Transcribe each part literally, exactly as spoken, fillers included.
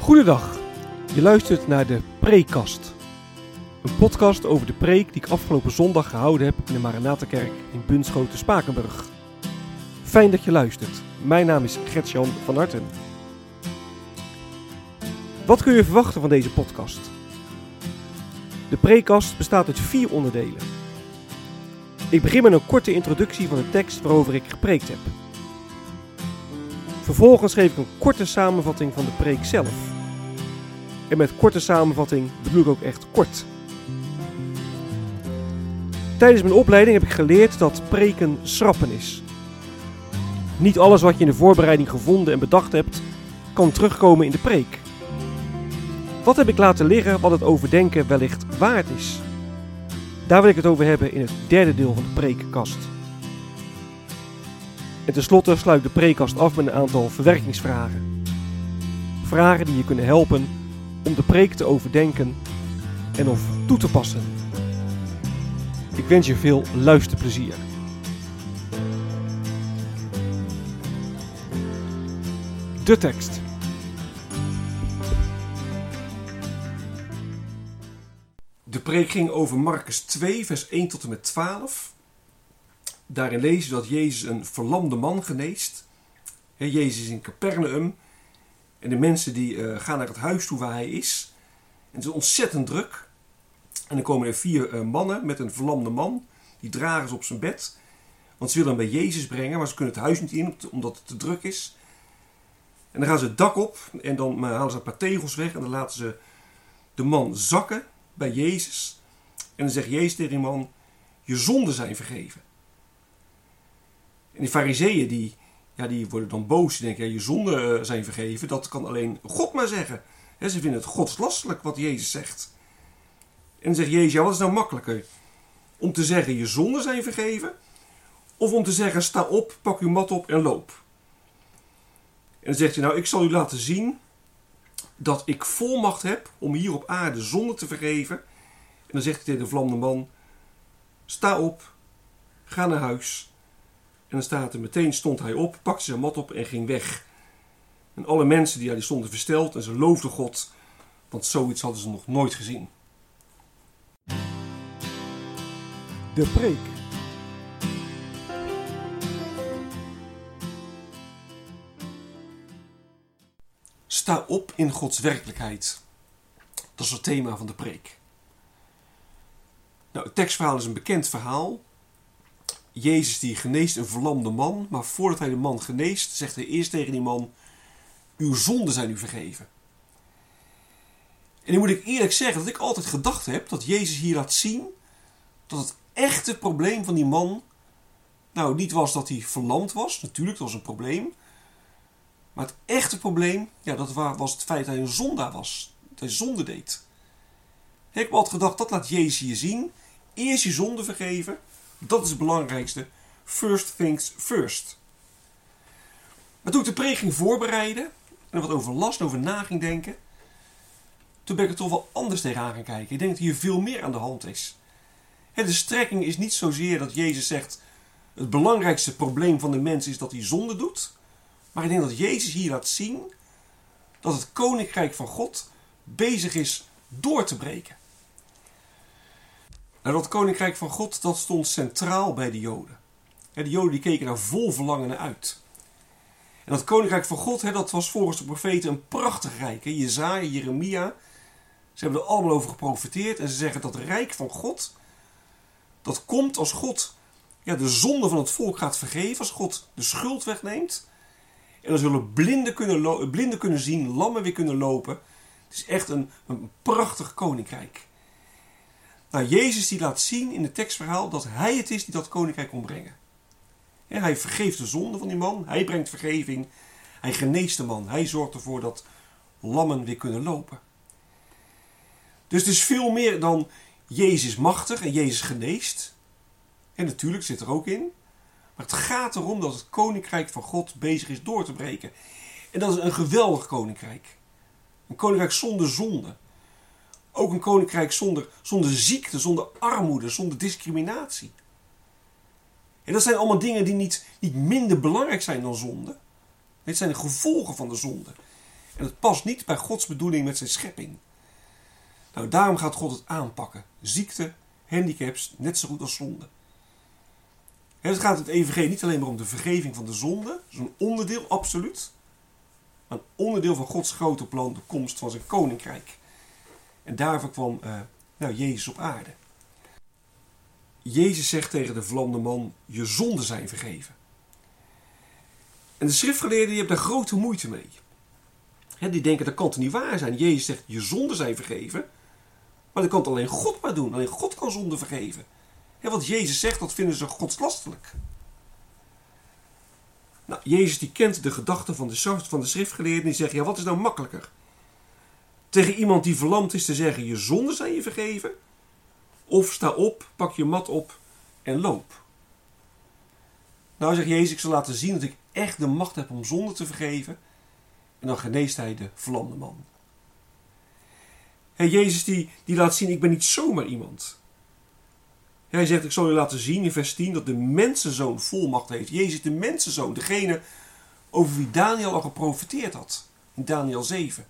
Goedendag, je luistert naar de Preekkast. Een podcast over de preek die ik afgelopen zondag gehouden heb in de Maranathakerk in Bunschoten-Spakenburg. Fijn dat je luistert. Mijn naam is Gert-Jan van Harten. Wat kun je verwachten van deze podcast? De Preekkast bestaat uit vier onderdelen. Ik begin met een korte introductie van de tekst waarover ik gepreekt heb. Vervolgens geef ik een korte samenvatting van de preek zelf. En met korte samenvatting bedoel ik ook echt kort. Tijdens mijn opleiding heb ik geleerd dat preken schrappen is. Niet alles wat je in de voorbereiding gevonden en bedacht hebt, kan terugkomen in de preek. Wat heb ik laten liggen wat het overdenken wellicht waard is? Daar wil ik het over hebben in het derde deel van de preekkast. En tenslotte sluit ik de preekkast af met een aantal verwerkingsvragen. Vragen die je kunnen helpen om de preek te overdenken en of toe te passen. Ik wens je veel luisterplezier. De tekst. De preek ging over Marcus twee, vers één tot en met twaalf. Daarin lezen we dat Jezus een verlamde man geneest. He, Jezus is in Capernaum. En de mensen die uh, gaan naar het huis toe waar hij is. En het is ontzettend druk. En dan komen er vier uh, mannen met een verlamde man. Die dragen ze op zijn bed. Want ze willen hem bij Jezus brengen. Maar ze kunnen het huis niet in omdat het te druk is. En dan gaan ze het dak op. En dan uh, halen ze een paar tegels weg. En dan laten ze de man zakken bij Jezus. En dan zegt Jezus tegen die man: je zonden zijn vergeven. En die fariseeën die, ja, die worden dan boos. Die denken, ja, je zonden zijn vergeven. Dat kan alleen God maar zeggen. He, ze vinden het godslastelijk wat Jezus zegt. En dan zegt Jezus, ja, wat is nou makkelijker? Om te zeggen, je zonden zijn vergeven? Of om te zeggen, sta op, pak uw mat op en loop? En dan zegt hij, nou, ik zal u laten zien dat ik volmacht heb om hier op aarde zonde te vergeven. En dan zegt hij tegen de verlamde man, sta op, ga naar huis. En dan staat er, meteen stond hij op, pakte zijn mat op en ging weg. En alle mensen die, ja, die stonden versteld en ze loofden God, want zoiets hadden ze nog nooit gezien. De preek. Sta op in Gods werkelijkheid. Dat is het thema van de preek. Nou, het tekstverhaal is een bekend verhaal. Jezus die geneest een verlamde man, maar voordat hij de man geneest, zegt hij eerst tegen die man, uw zonden zijn u vergeven. En nu moet ik eerlijk zeggen dat ik altijd gedacht heb dat Jezus hier laat zien dat het echte probleem van die man, nou niet was dat hij verlamd was, natuurlijk dat was een probleem, maar het echte probleem, ja, dat was het feit dat hij een zondaar was, dat hij zonde deed. Ik heb altijd gedacht, dat laat Jezus hier zien, eerst je zonde vergeven. Dat is het belangrijkste. First things first. Maar toen ik de preek ging voorbereiden en er wat over las en over na ging denken, toen ben ik er toch wel anders tegenaan gaan kijken. Ik denk dat hier veel meer aan de hand is. De strekking is niet zozeer dat Jezus zegt, het belangrijkste probleem van de mens is dat hij zonde doet. Maar ik denk dat Jezus hier laat zien dat het koninkrijk van God bezig is door te breken. Nou, dat koninkrijk van God, dat stond centraal bij de Joden. De Joden die keken daar vol verlangen naar uit. En dat koninkrijk van God, dat was volgens de profeten een prachtig rijk. Jesaja, Jeremia, ze hebben er allemaal over geprofeteerd. En ze zeggen dat het rijk van God, dat komt als God, ja, de zonde van het volk gaat vergeven. Als God de schuld wegneemt. En dan zullen blinden kunnen, lo- blinden kunnen zien, lammen weer kunnen lopen. Het is echt een, een prachtig koninkrijk. Nou, Jezus die laat zien in het tekstverhaal dat hij het is die dat koninkrijk kon brengen. Ja, hij vergeeft de zonde van die man, hij brengt vergeving, hij geneest de man, hij zorgt ervoor dat lammen weer kunnen lopen. Dus het is veel meer dan Jezus machtig en Jezus geneest. En natuurlijk zit er ook in. Maar het gaat erom dat het koninkrijk van God bezig is door te breken. En dat is een geweldig koninkrijk. Een koninkrijk zonder zonde. Ook een koninkrijk zonder, zonder ziekte, zonder armoede, zonder discriminatie. En dat zijn allemaal dingen die niet, niet minder belangrijk zijn dan zonde. Dit zijn de gevolgen van de zonde. En het past niet bij Gods bedoeling met zijn schepping. Nou, daarom gaat God het aanpakken. Ziekte, handicaps, net zo goed als zonde. Het gaat in het evangelie niet alleen maar om de vergeving van de zonde. Dat is een onderdeel, absoluut. Maar een onderdeel van Gods grote plan, de komst van zijn koninkrijk. En daarvoor kwam uh, nou, Jezus op aarde. Jezus zegt tegen de verlamde man, je zonden zijn vergeven. En de schriftgeleerden die hebben daar grote moeite mee. He, die denken dat kan het niet waar zijn. Jezus zegt, je zonden zijn vergeven. Maar dat kan het alleen God maar doen. Alleen God kan zonden vergeven. He, wat Jezus zegt, dat vinden ze godslastelijk. Nou, Jezus die kent de gedachten van de, van de schriftgeleerden. Die zeggen, ja, wat is nou makkelijker? Tegen iemand die verlamd is te zeggen, je zonden zijn je vergeven. Of sta op, pak je mat op en loop. Nou zegt Jezus, ik zal laten zien dat ik echt de macht heb om zonde te vergeven. En dan geneest hij de verlamde man. Hey, Jezus die, die laat zien, ik ben niet zomaar iemand. Hij zegt, ik zal u laten zien in vers tien dat de mensenzoon volmacht heeft. Jezus de mensenzoon, degene over wie Daniel al geprofeteerd had. In Daniel zeven.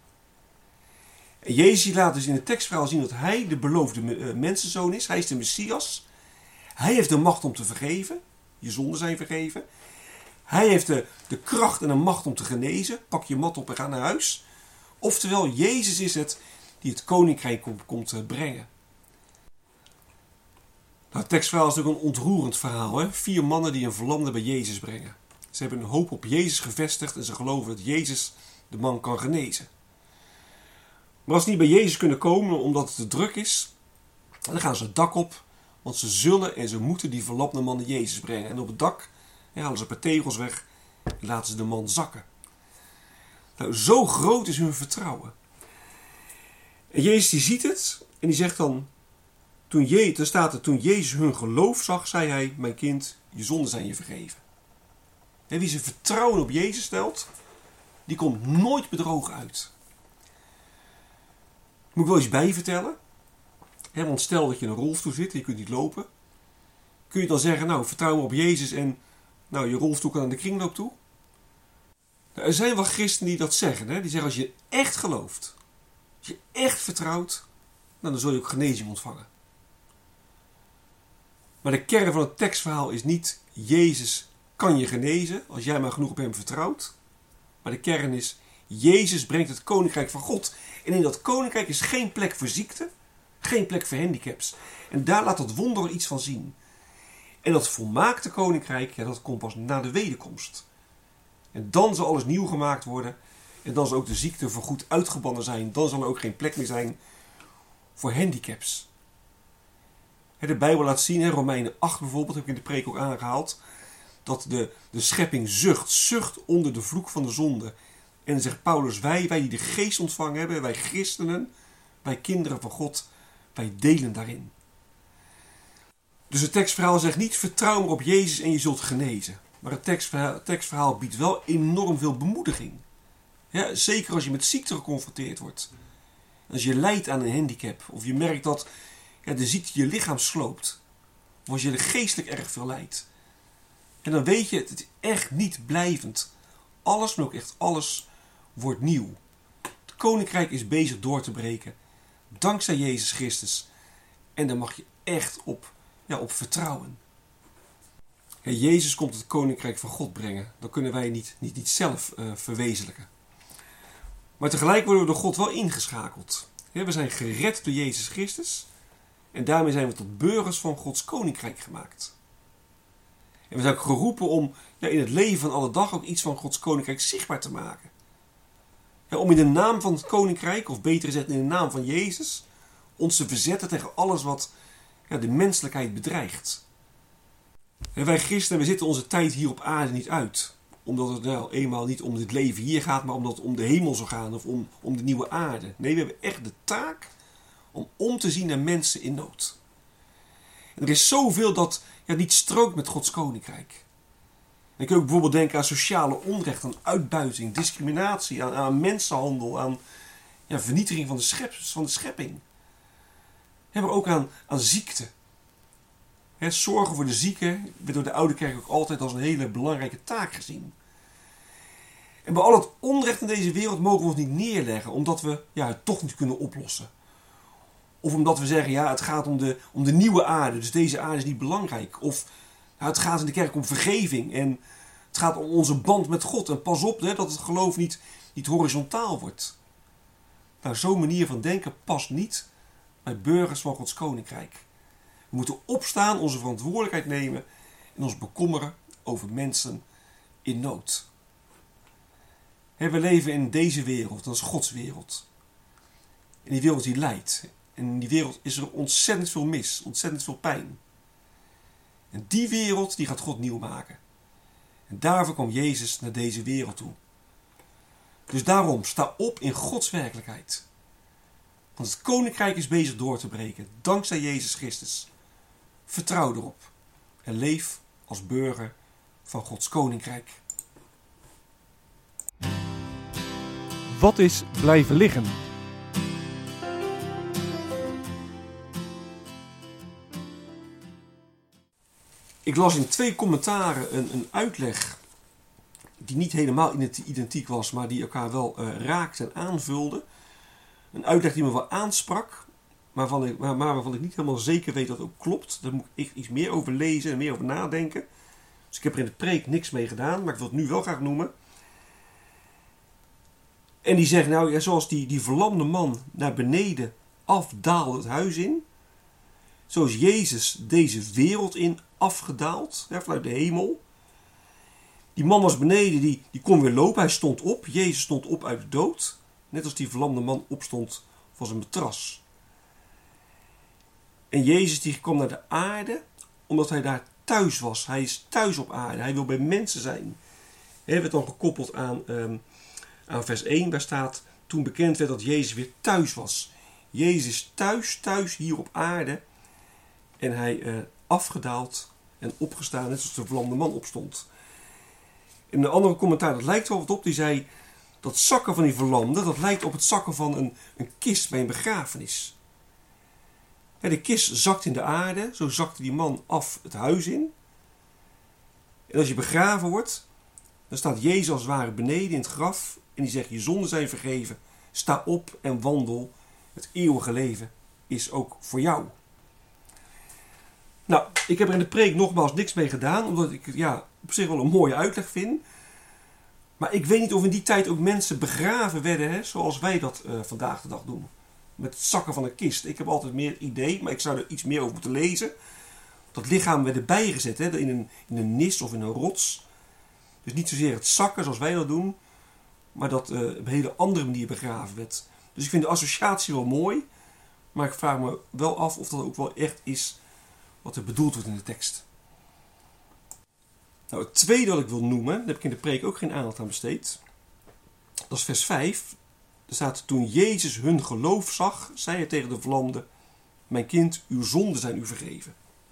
En Jezus laat dus in het tekstverhaal zien dat hij de beloofde mensenzoon is. Hij is de Messias. Hij heeft de macht om te vergeven. Je zonden zijn vergeven. Hij heeft de, de kracht en de macht om te genezen. Pak je mat op en ga naar huis. Oftewel, Jezus is het die het koninkrijk komt, komt brengen. Nou, het tekstverhaal is natuurlijk een ontroerend verhaal. Hè? Vier mannen die een verlamde bij Jezus brengen. Ze hebben hun hoop op Jezus gevestigd en ze geloven dat Jezus de man kan genezen. Maar als ze niet bij Jezus kunnen komen omdat het te druk is, dan gaan ze het dak op. Want ze zullen en ze moeten die verlamde man naar Jezus brengen. En op het dak ja, halen ze een paar tegels weg en laten ze de man zakken. Nou, zo groot is hun vertrouwen. En Jezus die ziet het en die zegt dan, toen Je, er staat er, toen Jezus hun geloof zag, zei hij, mijn kind, je zonden zijn je vergeven. En wie zijn vertrouwen op Jezus stelt, die komt nooit bedrogen uit. Moet ik wel eens bijvertellen. He, want stel dat je in een rolstoel zit en je kunt niet lopen. Kun je dan zeggen, nou vertrouw me op Jezus en nou, je rolstoel kan aan de kringloop toe? Nou, er zijn wel christenen die dat zeggen. Hè? Die zeggen, als je echt gelooft, als je echt vertrouwt, nou, dan zul je ook genezing ontvangen. Maar de kern van het tekstverhaal is niet, Jezus kan je genezen als jij maar genoeg op hem vertrouwt. Maar de kern is, Jezus brengt het koninkrijk van God. En in dat koninkrijk is geen plek voor ziekte, geen plek voor handicaps. En daar laat dat wonder iets van zien. En dat volmaakte koninkrijk, ja, dat komt pas na de wederkomst. En dan zal alles nieuw gemaakt worden. En dan zal ook de ziekte voorgoed uitgebannen zijn. Dan zal er ook geen plek meer zijn voor handicaps. De Bijbel laat zien, in Romeinen acht bijvoorbeeld, heb ik in de preek ook aangehaald, dat de, de schepping zucht, zucht onder de vloek van de zonde. En dan zegt Paulus, wij, wij die de geest ontvangen hebben, wij christenen, wij kinderen van God, wij delen daarin. Dus het tekstverhaal zegt niet, vertrouw maar op Jezus en je zult genezen. Maar het tekstverhaal, het tekstverhaal biedt wel enorm veel bemoediging. Ja, zeker als je met ziekte geconfronteerd wordt. Als je lijdt aan een handicap, of je merkt dat ja, de ziekte je lichaam sloopt. Of als je er geestelijk erg veel lijdt. En dan weet je, het is echt niet blijvend. Alles, maar ook echt alles, wordt nieuw. Het koninkrijk is bezig door te breken. Dankzij Jezus Christus. En daar mag je echt op, ja, op vertrouwen. Ja, Jezus komt het koninkrijk van God brengen. Dan kunnen wij niet, niet, niet zelf uh, verwezenlijken. Maar tegelijk worden we door God wel ingeschakeld. Ja, we zijn gered door Jezus Christus. En daarmee zijn we tot burgers van Gods koninkrijk gemaakt. En we zijn ook geroepen om ja, in het leven van alle dag ook iets van Gods koninkrijk zichtbaar te maken. Ja, om in de naam van het koninkrijk, of beter gezegd in de naam van Jezus, ons te verzetten tegen alles wat ja, de menselijkheid bedreigt. En wij christenen, we zitten onze tijd hier op aarde niet uit. Omdat het nou eenmaal niet om dit leven hier gaat, maar omdat het om de hemel zou gaan of om, om de nieuwe aarde. Nee, we hebben echt de taak om om te zien naar mensen in nood. En er is zoveel dat ja, niet strookt met Gods koninkrijk. Dan kun je ook bijvoorbeeld denken aan sociale onrecht, aan uitbuiting, discriminatie, aan, aan mensenhandel, aan ja, vernietiging van de, schep, van de schepping. Ja, maar ook aan, aan ziekte. He, zorgen voor de zieken werd door de oude kerk ook altijd als een hele belangrijke taak gezien. En bij al het onrecht in deze wereld mogen we ons niet neerleggen, omdat we ja, het toch niet kunnen oplossen. Of omdat we zeggen, ja, het gaat om de, om de nieuwe aarde, dus deze aarde is niet belangrijk. Of nou, het gaat in de kerk om vergeving en het gaat om onze band met God. En pas op hè, dat het geloof niet, niet horizontaal wordt. Nou, zo'n manier van denken past niet bij burgers van Gods Koninkrijk. We moeten opstaan, onze verantwoordelijkheid nemen en ons bekommeren over mensen in nood. We leven in deze wereld, dat is Gods wereld. En die wereld die lijdt. En in die wereld is er ontzettend veel mis, ontzettend veel pijn. En die wereld die gaat God nieuw maken. En daarvoor kwam Jezus naar deze wereld toe. Dus daarom, sta op in Gods werkelijkheid. Want het koninkrijk is bezig door te breken, dankzij Jezus Christus. Vertrouw erop en leef als burger van Gods koninkrijk. Wat is blijven liggen? Ik las in twee commentaren een, een uitleg die niet helemaal identiek was, maar die elkaar wel uh, raakte en aanvulde. Een uitleg die me wel aansprak, maar waarvan, ik, maar, maar waarvan ik niet helemaal zeker weet dat het ook klopt. Daar moet ik iets meer over lezen en meer over nadenken. Dus ik heb er in de preek niks mee gedaan, maar ik wil het nu wel graag noemen. En die zegt, nou ja, zoals die, die verlamde man naar beneden afdaalde het huis in, zo is Jezus deze wereld in afgedaald, ja, vanuit de hemel. Die man was beneden, die, die kon weer lopen, hij stond op. Jezus stond op uit de dood, net als die verlamde man opstond van zijn matras. En Jezus die kwam naar de aarde, omdat hij daar thuis was. Hij is thuis op aarde, hij wil bij mensen zijn. Hij werd dan gekoppeld aan, um, aan vers één, waar staat, toen bekend werd dat Jezus weer thuis was. Jezus is thuis, thuis hier op aarde. En hij uh, afgedaald en opgestaan, net zoals de verlamde man opstond. In een andere commentaar, dat lijkt wel wat op, die zei, dat zakken van die verlamde, dat lijkt op het zakken van een, een kist bij een begrafenis. Ja, de kist zakt in de aarde, zo zakte die man af het huis in. En als je begraven wordt, dan staat Jezus als het ware beneden in het graf en die zegt, je zonden zijn vergeven, sta op en wandel, het eeuwige leven is ook voor jou. Nou, ik heb er in de preek nogmaals niks mee gedaan, omdat ik ja, op zich wel een mooie uitleg vind. Maar ik weet niet of in die tijd ook mensen begraven werden, hè, zoals wij dat uh, vandaag de dag doen. Met het zakken van een kist. Ik heb altijd meer idee, maar ik zou er iets meer over moeten lezen. Dat lichaam werd erbij gezet, hè, in, een, in een nis of in een rots. Dus niet zozeer het zakken zoals wij dat doen, maar dat uh, op een hele andere manier begraven werd. Dus ik vind de associatie wel mooi, maar ik vraag me wel af of dat ook wel echt is wat er bedoeld wordt in de tekst. Nou, het tweede wat ik wil noemen, daar heb ik in de preek ook geen aandacht aan besteed. Dat is vers vijf. Er staat, toen Jezus hun geloof zag, zei hij tegen de verlamde, mijn kind, uw zonden zijn u vergeven.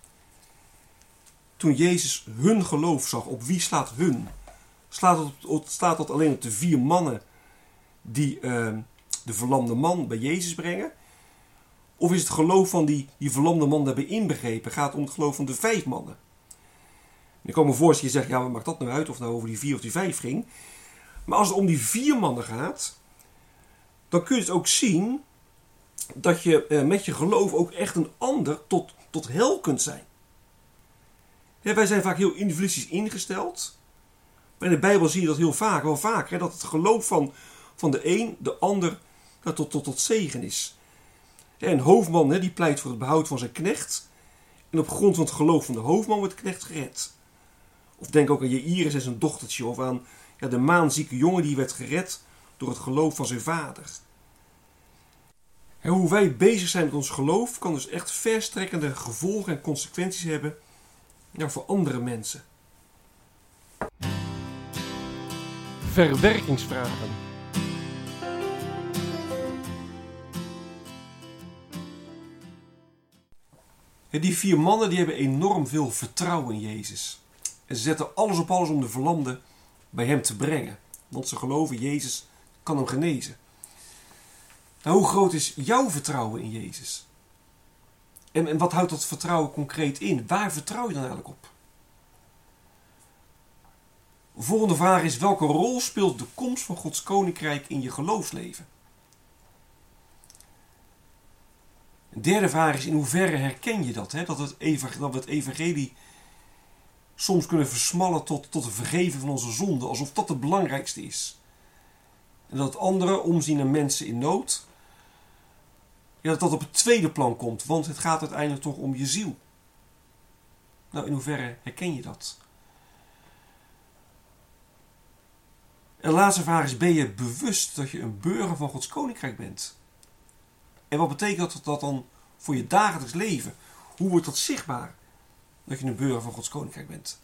Toen Jezus hun geloof zag, op wie slaat hun? Slaat dat, staat dat alleen op de vier mannen die uh, de verlamde man bij Jezus brengen? Of is het geloof van die, die verlamde man daarbij inbegrepen? Gaat het om het geloof van de vijf mannen? En ik kan me voorstellen, je zegt, ja, wat maakt dat nou uit of het nou over die vier of die vijf ging? Maar als het om die vier mannen gaat, dan kun je het ook zien dat je eh, met je geloof ook echt een ander tot, tot hel kunt zijn. Ja, wij zijn vaak heel individualistisch ingesteld. Maar in de Bijbel zie je dat heel vaak, wel vaak, hè, dat het geloof van, van de een de ander ja, tot, tot, tot zegen is. Ja, een hoofdman hè, die pleit voor het behoud van zijn knecht. En op grond van het geloof van de hoofdman wordt de knecht gered. Of denk ook aan Jairus en zijn dochtertje. Of aan ja, de maanzieke jongen die werd gered door het geloof van zijn vader. En hoe wij bezig zijn met ons geloof kan dus echt verstrekkende gevolgen en consequenties hebben ja, voor andere mensen. Verwerkingsvragen. Die vier mannen die hebben enorm veel vertrouwen in Jezus. En ze zetten alles op alles om de verlamde bij hem te brengen. Want ze geloven, Jezus kan hem genezen. Nou, hoe groot is jouw vertrouwen in Jezus? En, en wat houdt dat vertrouwen concreet in? Waar vertrouw je dan eigenlijk op? Volgende vraag is: welke rol speelt de komst van Gods koninkrijk in je geloofsleven? Een derde vraag is: in hoeverre herken je dat? Hè? Dat, het evangelie, dat we het evangelie soms kunnen versmallen tot, tot het vergeven van onze zonden, alsof dat het belangrijkste is. En dat het andere, omzien naar mensen in nood, ja, dat dat op het tweede plan komt, want het gaat uiteindelijk toch om je ziel. Nou, in hoeverre herken je dat? En de laatste vraag is: ben je bewust dat je een burger van Gods koninkrijk bent? En wat betekent dat dan voor je dagelijks leven? Hoe wordt dat zichtbaar, dat je een burger van Gods koninkrijk bent?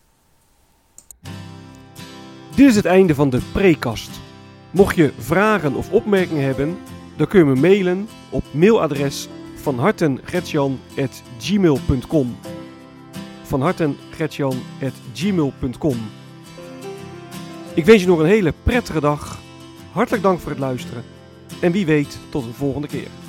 Dit is het einde van de Prekast. Mocht je vragen of opmerkingen hebben, dan kun je me mailen op mailadres van hartengretjan at gmail punt com. van hartengretjan at gmail punt com. Ik wens je nog een hele prettige dag. Hartelijk dank voor het luisteren. En wie weet, tot een volgende keer.